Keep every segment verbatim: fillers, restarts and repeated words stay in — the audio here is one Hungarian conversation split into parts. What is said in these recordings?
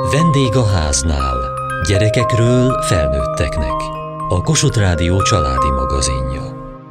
Vendég a háznál. Gyerekekről felnőtteknek. A Kossuth Rádió családi magazinja.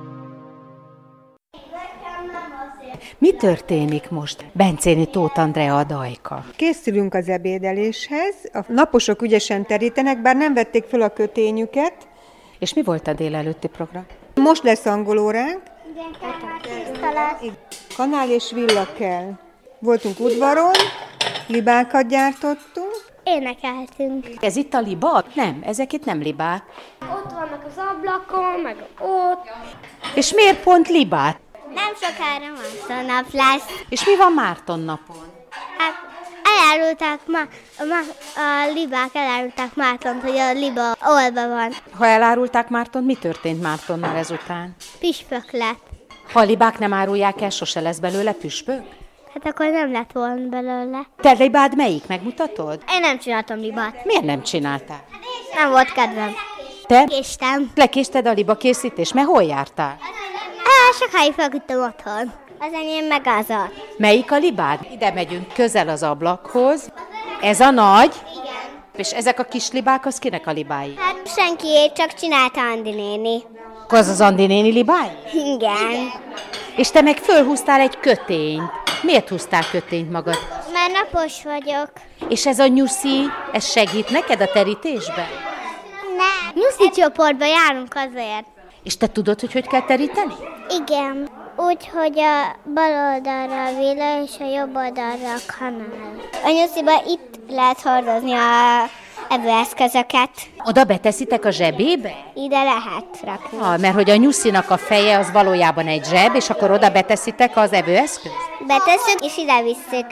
Mi történik most? Bencéni Tóth Andrea a Dajka. Készülünk az ebédeléshez. A naposok ügyesen terítenek, bár nem vették fel a kötényüket. És mi volt a délelőtti program? Most lesz angolóránk. Igen, Kanál és villa kell. Voltunk udvaron, libákat gyártottunk. énekeltünk. Ez itt a liba? Nem, ezek itt nem libák. Ott vannak az ablakon, meg ott. És miért pont libát? Nem sokára Márton nap lesz. És mi van Márton napon? Hát elárulták ma, ma, a libák elárulták Mártont, hogy a liba olva van. Ha elárulták Mártont, mi történt Mártonnal ezután? Püspök lett. Ha a libák nem árulják el, sose lesz belőle püspök? Hát akkor nem lett volna belőle. Te libád melyik? Megmutatod? Én nem csináltam libát. Miért nem csináltál? Nem volt kedvem. Te? Késtem. Lekésted a liba készítés, mert hol jártál? Hát sokáig feküdtem otthon. Az enyém megázott. Melyik a libád? Ide megyünk közel az ablakhoz. Ez a nagy? Igen. És ezek a kis libák, az kinek a libái? Hát senkiét, csak csinálta Andi néni. Akkor az az Andi néni libái? Igen. És te meg fölhúztál egy kötényt. Miért húztál kötényt magad? Már napos vagyok. És ez a nyuszi, ez segít neked a terítésben? Nem. Nyuszi csoportba járunk azért. És te tudod, hogy hogy kell teríteni? Igen. Úgy, hogy a bal oldalra a villa és a jobb oldalra a kanál. A nyusziba itt lehet hordozni a evőeszközöket. Oda beteszitek a zsebébe? Ide lehet rakni. Ah, mert hogy a nyuszinak a feje az valójában egy zseb, és akkor oda beteszitek az evőeszközt? Betesszük és ide visszük.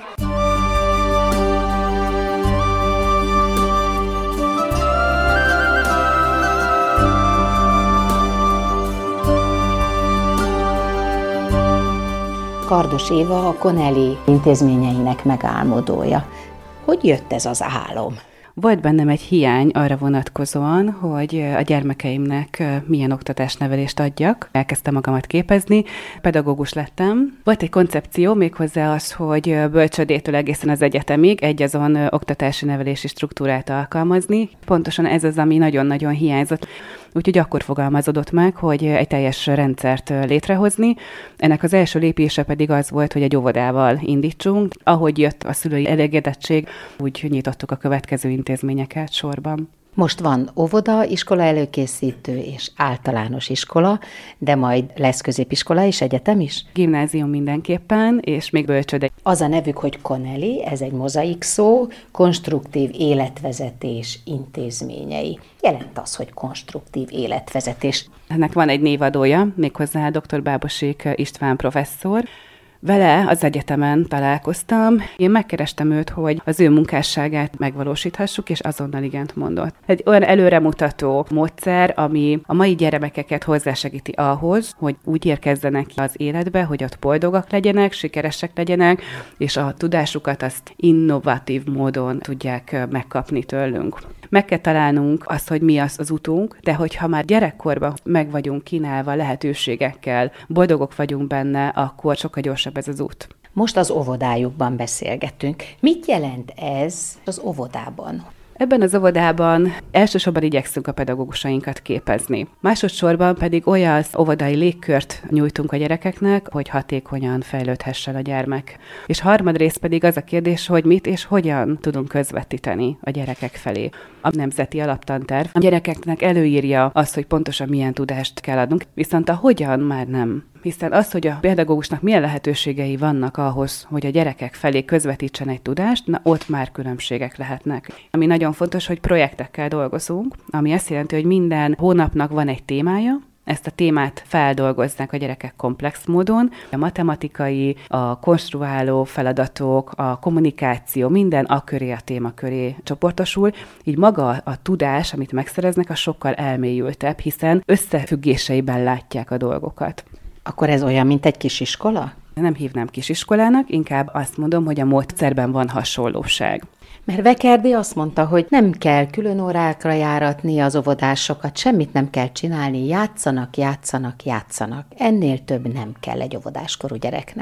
Kardos Éva a Connelly intézményeinek megálmodója. Hogy jött ez az álom? Volt bennem egy hiány arra vonatkozóan, hogy a gyermekeimnek milyen oktatásnevelést adjak. Elkezdtem magamat képezni, pedagógus lettem. Volt egy koncepció méghozzá az, hogy bölcsődétől egészen az egyetemig egyazon oktatási nevelési struktúrát alkalmazni. Pontosan ez az, ami nagyon-nagyon hiányzott. Úgyhogy akkor fogalmazódott meg, hogy egy teljes rendszert létrehozni. Ennek az első lépése pedig az volt, hogy egy óvodával indítsunk. Ahogy jött a szülői elégedettség, úgy nyitottuk a következő intézményeket sorban. Most van óvoda, iskola előkészítő és általános iskola, de majd lesz középiskola és egyetem is? Gimnázium mindenképpen, és még bölcsőde. Az a nevük, hogy Connelly, ez egy mozaik szó, konstruktív életvezetés intézményei. Jelent az, hogy konstruktív életvezetés. Ennek van egy névadója, méghozzá dr. Bábosék István professzor. Vele az egyetemen találkoztam. Én megkerestem őt, hogy az ő munkásságát megvalósíthassuk, és azonnal igent mondott. Egy olyan előremutató módszer, ami a mai gyermekeket hozzásegíti ahhoz, hogy úgy érkezzenek ki az életbe, hogy ott boldogak legyenek, sikeresek legyenek, és a tudásukat azt innovatív módon tudják megkapni tőlünk. Meg kell találnunk azt, hogy mi az az utunk, de hogyha már gyerekkorban meg vagyunk kínálva lehetőségekkel, boldogok vagyunk benne, akkor sokkal gyorsabb ez az út. Most az óvodájukban beszélgetünk. Mit jelent ez az óvodában? Ebben az óvodában elsősorban igyekszünk a pedagógusainkat képezni. Másodszorban pedig olyan óvodai légkört nyújtunk a gyerekeknek, hogy hatékonyan fejlődhessen a gyermek. És harmadrészt pedig az a kérdés, hogy mit és hogyan tudunk közvetíteni a gyerekek felé. A Nemzeti Alaptanterv a gyerekeknek előírja azt, hogy pontosan milyen tudást kell adnunk, viszont a hogyan már nem. Hiszen az, hogy a pedagógusnak milyen lehetőségei vannak ahhoz, hogy a gyerekek felé közvetítsen egy tudást, na ott már különbségek lehetnek. Ami nagyon fontos, hogy projektekkel dolgozunk, ami azt jelenti, hogy minden hónapnak van egy témája, ezt a témát feldolgozzák a gyerekek komplex módon. A matematikai, a konstruáló feladatok, a kommunikáció, minden a köré, a téma köré csoportosul. Így maga a tudás, amit megszereznek, az sokkal elmélyültebb, hiszen összefüggéseiben látják a dolgokat. Akkor ez olyan, mint egy kisiskola? Nem hívnám kisiskolának, inkább azt mondom, hogy a módszerben van hasonlóság. Mert Vekerdi azt mondta, hogy nem kell külön órákra járatni az óvodásokat, semmit nem kell csinálni, játszanak, játszanak, játszanak. Ennél több nem kell egy óvodáskorú gyereknek.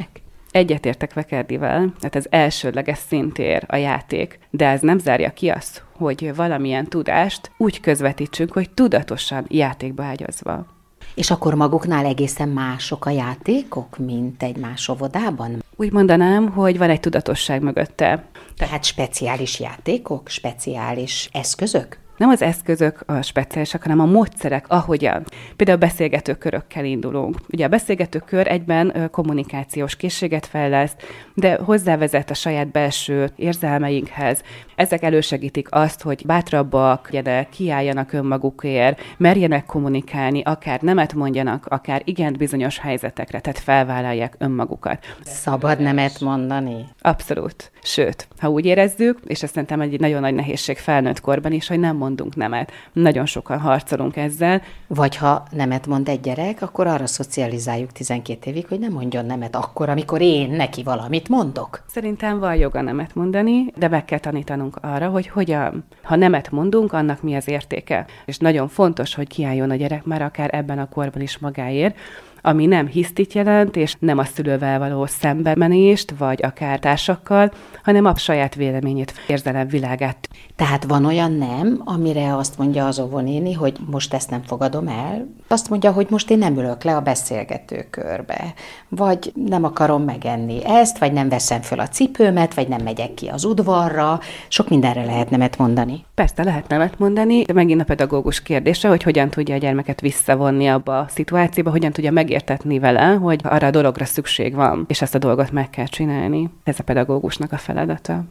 Egyetértek Vekerdivel, tehát ez elsődleges szintér a játék, de ez nem zárja ki azt, hogy valamilyen tudást úgy közvetítsünk, hogy tudatosan játékba ágyazva. És akkor maguknál egészen mások a játékok, mint egy más óvodában? Úgy mondanám, hogy van egy tudatosság mögötte. Tehát speciális játékok, speciális eszközök? Nem az eszközök a speciálisak, hanem a módszerek, ahogyan. Például beszélgetőkörökkel indulunk. Ugye a beszélgetőkör egyben kommunikációs készséget fejleszt, de hozzávezet a saját belső érzelmeinkhez. Ezek elősegítik azt, hogy bátrabbak legyenek, kiálljanak önmagukért, merjenek kommunikálni, akár nemet mondjanak, akár igent bizonyos helyzetekre, tehát felvállalják önmagukat. Szabad nemet mondani? Abszolút. Sőt, ha úgy érezzük, és ezt szerintem egy nagyon nagy nehézség felnőtt korban is, hogy nem mondunk nemet. Nagyon sokan harcolunk ezzel. Vagy ha nemet mond egy gyerek, akkor arra szocializáljuk tizenkét évig, hogy nem mondjon nemet akkor, amikor én neki valamit mondok. Szerintem van joga nemet mondani, de meg kell tanítanunk arra, hogy hogyan, ha nemet mondunk, annak mi az értéke. És nagyon fontos, hogy kiálljon a gyerek már akár ebben a korban is magáért, ami nem hisztit jelent, és nem a szülővel való szembemenést, vagy akár társakkal, hanem a saját véleményét, érzelemvilágát. Tehát van olyan nem, amire azt mondja az óvónéni, hogy most ezt nem fogadom el. Azt mondja, hogy most én nem ülök le a beszélgetőkörbe, vagy nem akarom megenni ezt, vagy nem veszem föl a cipőmet, vagy nem megyek ki az udvarra. Sok mindenre lehet nemet mondani. Persze lehet nemet mondani, de megint a pedagógus kérdése, hogy hogyan tudja a gyermeket visszavonni abba a szituációba, hogyan tudja megértetni vele, hogy arra a dologra szükség van, és ezt a dolgot meg kell csinálni. Ez a pedagógusnak a feladata.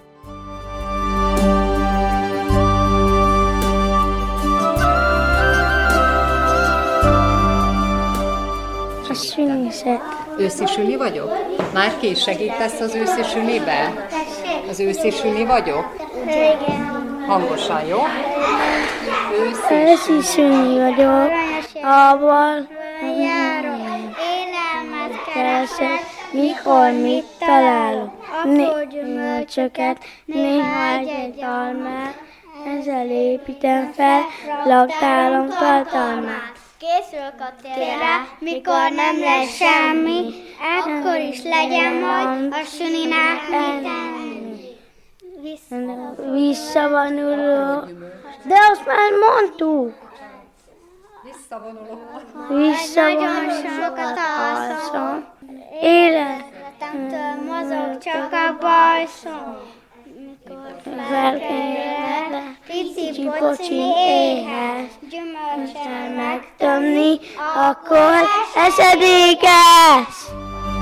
A süniset. Őszi süni vagyok? Már ki segítesz az őszi sünibe? Az őszi süni vagyok? Igen. Hangosan, jó? Őszi, Őszi süni vagyok, abban járok, élelmet keresek, mikor mit találok. Akkor gyümölcsöket, néha egy-egy almát, ezzel építem fel laktálom tartalmát. Készülök a térre, mikor nem lesz semmi, akkor is legyen majd a süninál mit enni. Visszavonuló. De azt már mondtuk. Visszavonuló. Visszavonuló. Sokat alszom. Életemtől mozog csak a bajszom. Mikor felkelek, pici pocsi éhes, gyümölcsel megtömni, akkor esedékes!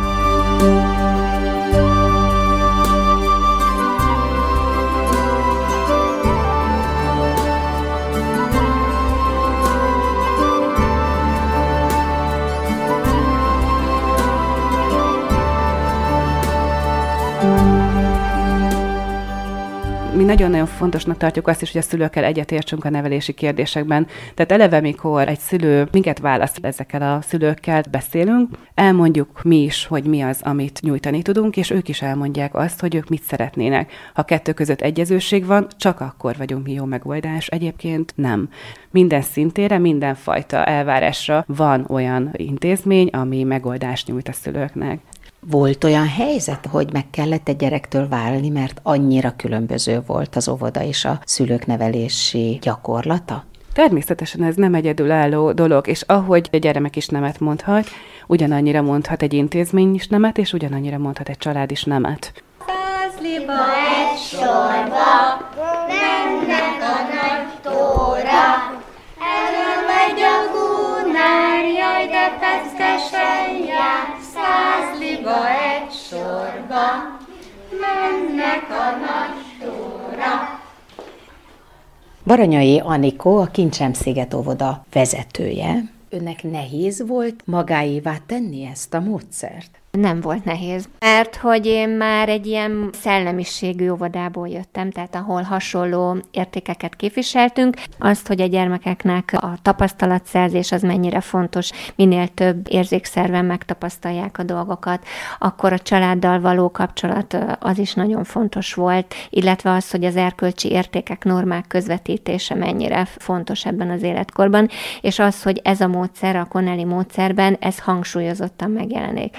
Mi nagyon-nagyon fontosnak tartjuk azt is, hogy a szülőkkel egyetértsünk a nevelési kérdésekben. Tehát eleve, mikor egy szülő minket választ, ezekkel a szülőkkel beszélünk, elmondjuk mi is, hogy mi az, amit nyújtani tudunk, és ők is elmondják azt, hogy ők mit szeretnének. Ha kettő között egyezőség van, csak akkor vagyunk mi jó megoldás, egyébként nem. Minden szintére, mindenfajta elvárásra van olyan intézmény, ami megoldást nyújt a szülőknek. Volt olyan helyzet, hogy meg kellett egy gyerektől válni, mert annyira különböző volt az óvoda és a szülők nevelési gyakorlata? Természetesen ez nem egyedülálló dolog, és ahogy egy gyermek is nemet mondhat, ugyanannyira mondhat egy intézmény is nemet, és ugyanannyira mondhat egy család is nemet. Százliba egy sorba, mennek a nagy tóra, előmegy a gúnár, jaj, de peckesen jár. Százliba egy sorba, mennek a nagy tóra. Baranyai Anikó, a Kincsem-sziget óvoda vezetője. Önnek nehéz volt magáévá tenni ezt a módszert? Nem volt nehéz, mert hogy én már egy ilyen szellemiségű óvodából jöttem, tehát ahol hasonló értékeket képviseltünk. Azt, hogy a gyermekeknek a tapasztalatszerzés az mennyire fontos, minél több érzékszerven megtapasztalják a dolgokat, akkor a családdal való kapcsolat az is nagyon fontos volt, illetve az, hogy az erkölcsi értékek, normák közvetítése mennyire fontos ebben az életkorban, és az, hogy ez a módszer, a Connelly módszerben, ez hangsúlyozottan megjelenik. Tehát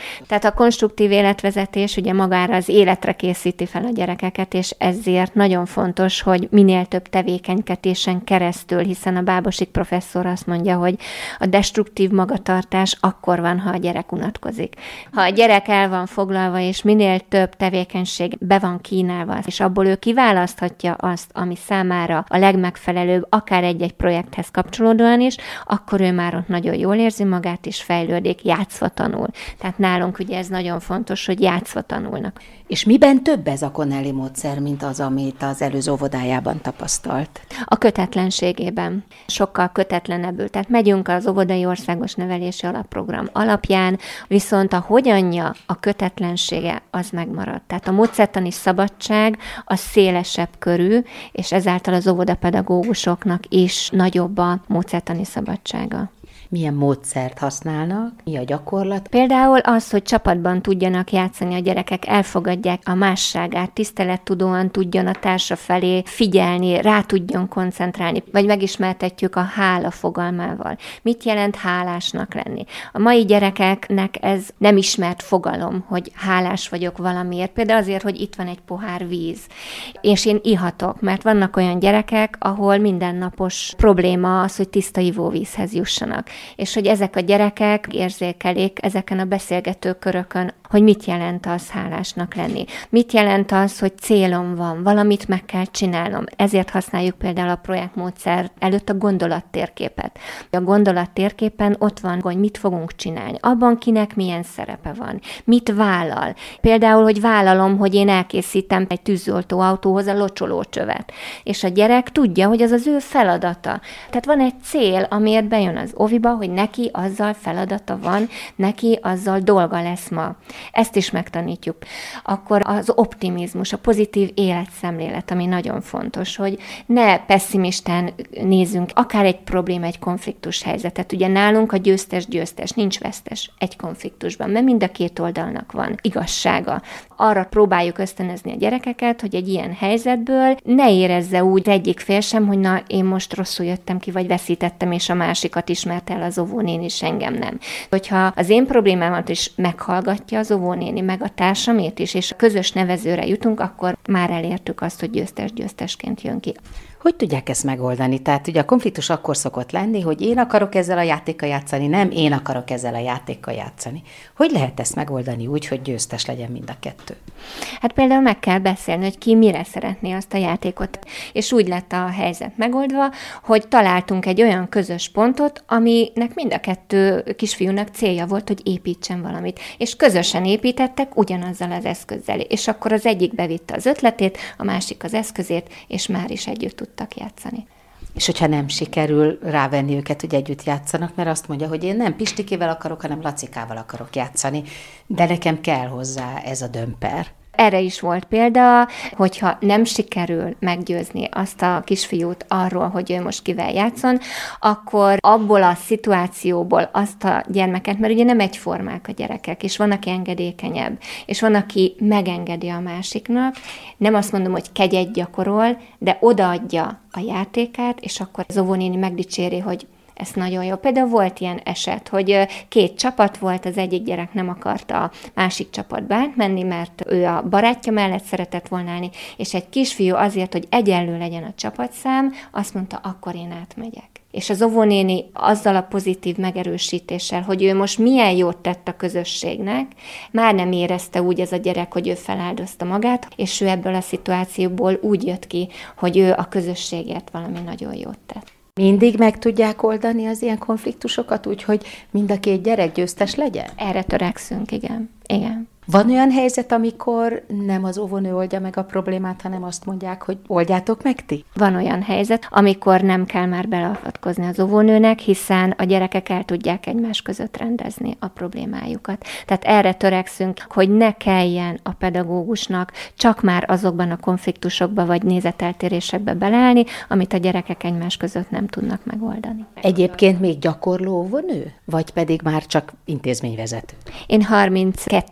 a konstruktív életvezetés ugye magára az életre készíti fel a gyerekeket, és ezért nagyon fontos, hogy minél több tevékenykedésen keresztül, hiszen a Bábosik professzor azt mondja, hogy a destruktív magatartás akkor van, ha a gyerek unatkozik. Ha a gyerek el van foglalva, és minél több tevékenység be van kínálva, és abból ő kiválaszthatja azt, ami számára a legmegfelelőbb, akár egy-egy projekthez kapcsolódóan is, akkor ő már ott nagyon jól érzi magát, és fejlődik, játszva tanul. Tehát nálunk ugye ez nagyon fontos, hogy játszva tanulnak. És miben több ez a Connelly módszer, mint az, amit az előző óvodájában tapasztalt? A kötetlenségében. Sokkal kötetlenebbül. Tehát megyünk az óvodai országos nevelési alapprogram alapján, viszont a hogyanja, a kötetlensége az megmarad. Tehát a módszertani szabadság az szélesebb körű, és ezáltal az óvodapedagógusoknak is nagyobb a módszertani szabadsága. Milyen módszert használnak? Mi a gyakorlat? Például az, hogy csapatban tudjanak játszani a gyerekek, elfogadják a másságát, tisztelettudóan tudjon a társa felé figyelni, rá tudjon koncentrálni, vagy megismertetjük a hála fogalmával. Mit jelent hálásnak lenni? A mai gyerekeknek ez nem ismert fogalom, hogy hálás vagyok valamiért, például azért, hogy itt van egy pohár víz, és én ihatok, mert vannak olyan gyerekek, ahol mindennapos probléma az, hogy tiszta ivóvízhez jussanak. És hogy ezek a gyerekek érzékelik ezeken a beszélgető körökön, hogy mit jelent az hálásnak lenni. Mit jelent az, hogy célom van, valamit meg kell csinálnom. Ezért használjuk például a projektmódszer előtt a gondolattérképet. A gondolattérképen ott van, hogy mit fogunk csinálni. Abban kinek milyen szerepe van. Mit vállal. Például, hogy vállalom, hogy én elkészítem egy tűzoltó autóhoz a locsolócsövet. És a gyerek tudja, hogy az az ő feladata. Tehát van egy cél, amiért bejön az oviba, hogy neki azzal feladata van, neki azzal dolga lesz ma. Ezt is megtanítjuk. Akkor az optimizmus, a pozitív életszemlélet, ami nagyon fontos, hogy ne pessimisten nézzünk akár egy probléma, egy konfliktus helyzetet. Ugye nálunk a győztes-győztes, nincs vesztes egy konfliktusban, mert mind a két oldalnak van igazsága. Arra próbáljuk ösztönözni a gyerekeket, hogy egy ilyen helyzetből ne érezze úgy egyik fél sem, hogy na, én most rosszul jöttem ki, vagy veszítettem, és a másikat ismert el az óvónéni, és engem nem. Hogyha az én problémámat is meghallgatja az óvónéni, meg a társamét is, és közös nevezőre jutunk, akkor már elértük azt, hogy győztes-győztesként jön ki. Hogy tudják ezt megoldani? Tehát ugye a konfliktus akkor szokott lenni, hogy én akarok ezzel a játékkal játszani, nem én akarok ezzel a játékkal játszani. Hogy lehet ezt megoldani úgy, hogy győztes legyen mind a kettő? Hát például meg kell beszélni, hogy ki mire szeretné azt a játékot. És úgy lett a helyzet megoldva, hogy találtunk egy olyan közös pontot, aminek mind a kettő kisfiúnak célja volt, hogy építsen valamit. És közösen építettek ugyanazzal az eszközzel. És akkor az egyik bevitte az ötletét, a másik az eszközét, és már is együtt tudtak játszani. És hogyha nem sikerül rávenni őket, hogy együtt játszanak, mert azt mondja, hogy én nem Pistikével akarok, hanem Lacikával akarok játszani, de nekem kell hozzá ez a dömper. Erre is volt példa, hogyha nem sikerül meggyőzni azt a kisfiút arról, hogy ő most kivel játszon, akkor abból a szituációból azt a gyermeket, mert ugye nem egyformák a gyerekek, és van, aki engedékenyebb, és van, aki megengedi a másiknak, nem azt mondom, hogy kegyet gyakorol, de odaadja a játékát, és akkor az óvónéni megdicséri, hogy ez nagyon jó. Például volt ilyen eset, hogy két csapat volt, az egyik gyerek nem akarta a másik csapatba átmenni, mert ő a barátja mellett szeretett volna állni, és egy kisfiú azért, hogy egyenlő legyen a csapatszám, azt mondta, akkor én átmegyek. És az óvónéni azzal a pozitív megerősítéssel, hogy ő most milyen jót tett a közösségnek, már nem érezte úgy ez a gyerek, hogy ő feláldozta magát, és ő ebből a szituációból úgy jött ki, hogy ő a közösségért valami nagyon jót tett. Mindig meg tudják oldani az ilyen konfliktusokat úgy, hogy mind a két gyerek győztes legyen? Erre törekszünk, igen. Igen. Van olyan helyzet, amikor nem az óvónő oldja meg a problémát, hanem azt mondják, hogy oldjátok meg ti? Van olyan helyzet, amikor nem kell már beleavatkozni az óvónőnek, hiszen a gyerekek el tudják egymás között rendezni a problémájukat. Tehát erre törekszünk, hogy ne kelljen a pedagógusnak csak már azokban a konfliktusokba vagy nézeteltérésekbe beleállni, amit a gyerekek egymás között nem tudnak megoldani. Egyébként még gyakorló óvónő? Vagy pedig már csak intézményvezető? Én harminckettő éve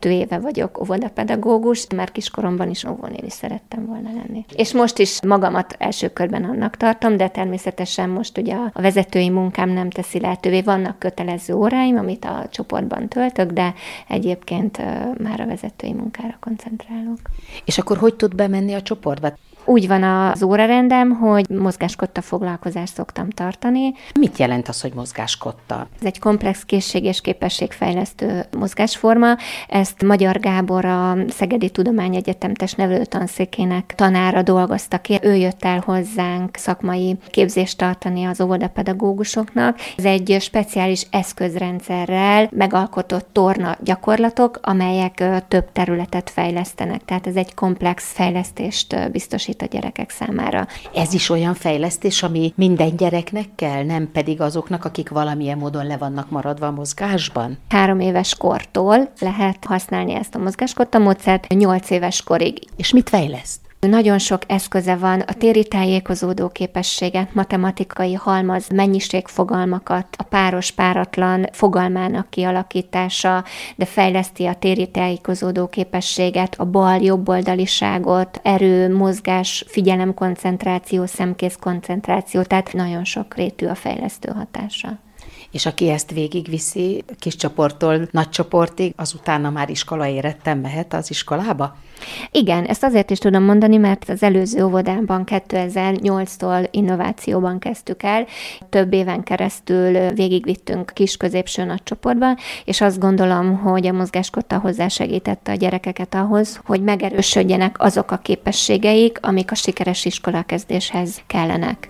vagyok óvodapedagógus, már kiskoromban is óvónéni szerettem volna lenni. És most is magamat első körben annak tartom, de természetesen most ugye a vezetői munkám nem teszi lehetővé. Vannak kötelező óráim, amit a csoportban töltök, de egyébként már a vezetői munkára koncentrálok. És akkor hogy tud bemenni a csoportba? Úgy van az órarendem, hogy mozgáskotta foglalkozást szoktam tartani. Mit jelent az, hogy mozgáskotta? Ez egy komplex készség- és képességfejlesztő mozgásforma. Ezt Magyar Gábor, a Szegedi Tudományegyetem testnevelőtanszékének tanára dolgozta ki. Ő jött el hozzánk szakmai képzést tartani az óvodapedagógusoknak. Ez egy speciális eszközrendszerrel megalkotott torna gyakorlatok, amelyek több területet fejlesztenek. Tehát ez egy komplex fejlesztést biztosít a gyerekek számára. Ez is olyan fejlesztés, ami minden gyereknek kell, nem pedig azoknak, akik valamilyen módon le vannak maradva a mozgásban? Három éves kortól lehet használni ezt a mozgáskotta módszert nyolc éves korig. És mit fejleszt? Nagyon sok eszköze van, a téri tájékozódó képességet, matematikai halmaz, mennyiségfogalmakat, a páros-páratlan fogalmának kialakítása, de fejleszti a téri tájékozódó képességet, a bal-jobboldaliságot, erő, mozgás, figyelemkoncentráció, szemkészkoncentráció, tehát nagyon sok rétű a fejlesztő hatása. És aki ezt végigviszi kis csoporttól nagy csoportig, azutána már iskola éretten mehet az iskolába? Igen, ezt azért is tudom mondani, mert az előző óvodában kétezer-nyolctól innovációban kezdtük el. Több éven keresztül végigvittünk kis-középső nagy csoportban, és azt gondolom, hogy a mozgáskotta hozzásegítette a gyerekeket ahhoz, hogy megerősödjenek azok a képességeik, amik a sikeres iskolakezdéshez kellenek.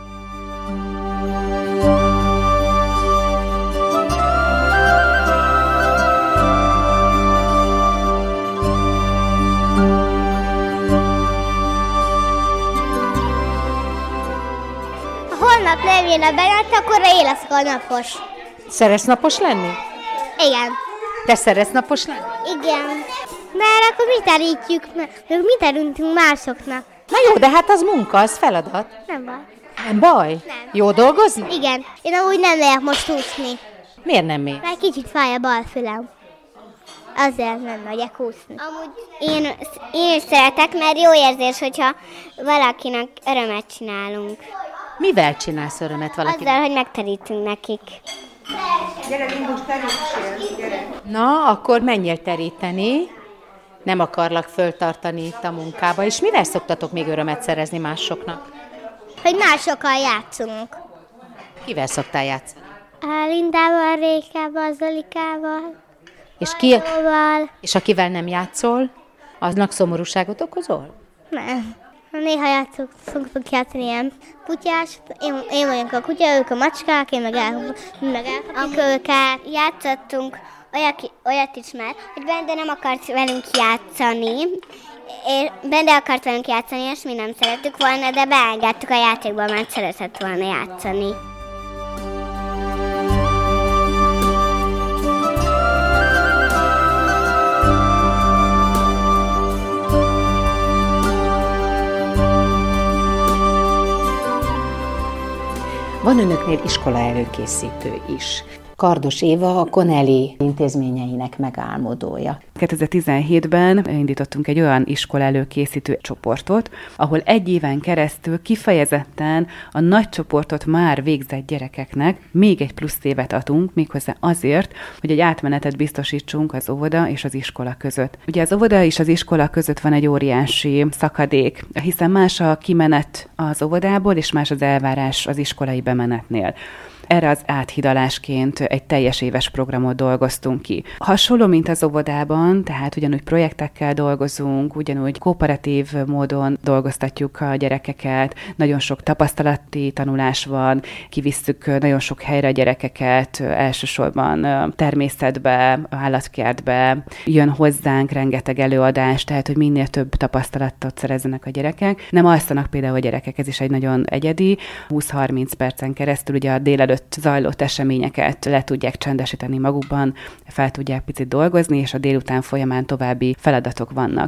Holnap nem jön a Benát, akkor én leszek a napos. Szeretsz napos lenni? Igen. Te szeretsz napos lenni? Igen. Mert akkor mit terítjük, mert mit terintünk másoknak. Na jó, de hát az munka, az feladat. Nem baj. Nem baj? Nem. Jó dolgozni? Igen. Én amúgy nem megyek most úszni. Miért nem még? Mert kicsit fáj a bal fülem. Azért nem megyek úszni. Amúgy én, én is szeretek, mert jó érzés, hogyha valakinek örömet csinálunk. Mivel csinálsz örömet valakinek? Azzal, hogy megterítünk nekik. Gyere, Lingus, terítsél, gyere. Na, akkor menjél teríteni. Nem akarlak föltartani itt a munkába. És mivel szoktatok még örömet szerezni másoknak? Hogy másokkal játszunk. Kivel szoktál játszani? A Lindával, Rékával, Zolikával, És, ki, Jóval. és akivel nem játszol, aznak szomorúságot okozol? Nem. Néha játszunk, szoktunk játszani ilyen kutyás, én, én vagyok a kutya, ők a macskák, én meg el, meg elkapjuk őket. Játszottunk olyat, olyat is már, hogy Bende nem akart velünk játszani, és Bende akart velünk játszani, és mi nem szerettük volna, de beengedtük a játékba, mert szeretett volna játszani. Van önöknél iskola előkészítő is. Kardos Éva a Connelly intézményeinek megálmodója. kétezer-tizenhétben indítottunk egy olyan iskola előkészítő csoportot, ahol egy éven keresztül kifejezetten a nagy csoportot már végzett gyerekeknek még egy plusz évet adunk, méghozzá azért, hogy egy átmenetet biztosítsunk az óvoda és az iskola között. Ugye az óvoda és az iskola között van egy óriási szakadék, hiszen más a kimenet az óvodából, és más az elvárás az iskolai bemenetnél. Erre az áthidalásként egy teljes éves programot dolgoztunk ki. Hasonló, mint az óvodában, tehát ugyanúgy projektekkel dolgozunk, ugyanúgy kooperatív módon dolgoztatjuk a gyerekeket, nagyon sok tapasztalati tanulás van, kivisszük nagyon sok helyre a gyerekeket, elsősorban természetbe, állatkertbe, jön hozzánk rengeteg előadás, tehát hogy minél több tapasztalatot szerezzenek a gyerekek. Nem alszanak például a gyerekek, ez is egy nagyon egyedi, húsz-harminc percen keresztül ugye a délelőtt zajlott eseményeket le tudják csendesíteni magukban, fel tudják picit dolgozni, és a délután folyamán további feladatok vannak.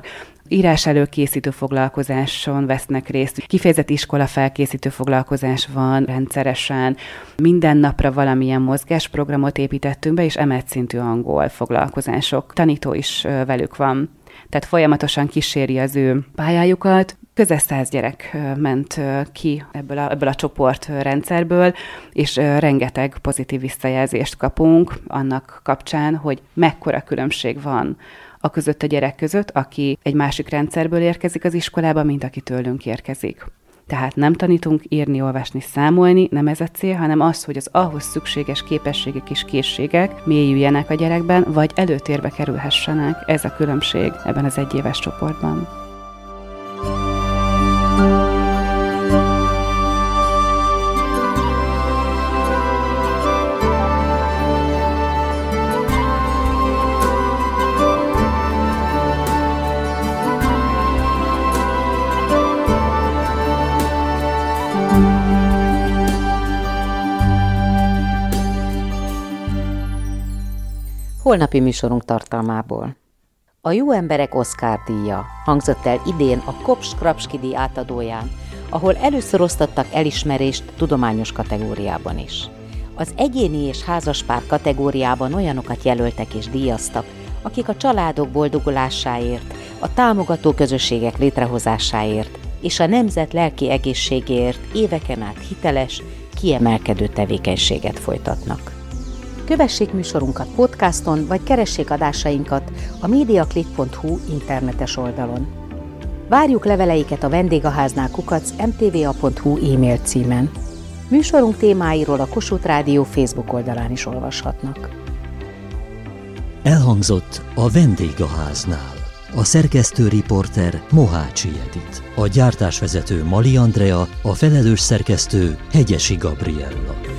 írás előkészítő foglalkozáson vesznek részt, kifejezett iskola felkészítő foglalkozás van rendszeresen, minden napra valamilyen mozgásprogramot építettünk be, és emelt szintű angol foglalkozások. Tanító is velük van. Tehát folyamatosan kíséri az ő pályájukat. Közel száz gyerek ment ki ebből a, ebből a csoportrendszerből, és rengeteg pozitív visszajelzést kapunk annak kapcsán, hogy mekkora különbség van a között a gyerek között, aki egy másik rendszerből érkezik az iskolába, mint aki tőlünk érkezik. Tehát nem tanítunk írni, olvasni, számolni, nem ez a cél, hanem az, hogy az ahhoz szükséges képességek és készségek mélyüljenek a gyerekben, vagy előtérbe kerülhessenek. Ez a különbség ebben az egyéves csoportban. Holnapi műsorunk tartalmából. A Jó emberek Oscar-díja hangzott el idén a Kops-Krapski-díj átadóján, ahol először osztottak elismerést tudományos kategóriában is. Az egyéni és házaspár kategóriában olyanokat jelöltek és díjaztak, akik a családok boldogulásáért, a támogató közösségek létrehozásáért és a nemzet lelki egészségéért éveken át hiteles, kiemelkedő tevékenységet folytatnak. Kövessék műsorunkat podcaston, vagy keressék adásainkat a mediaclick pont hu internetes oldalon. Várjuk leveleiket a vendégháznál kukac em té vé á pont hu e-mail címen. Műsorunk témáiról a Kossuth Rádió Facebook oldalán is olvashatnak. Elhangzott a Vendégháznál. A szerkesztő riporter Mohácsi Edit. A gyártásvezető Mali Andrea, a felelős szerkesztő Hegyesi Gabriella.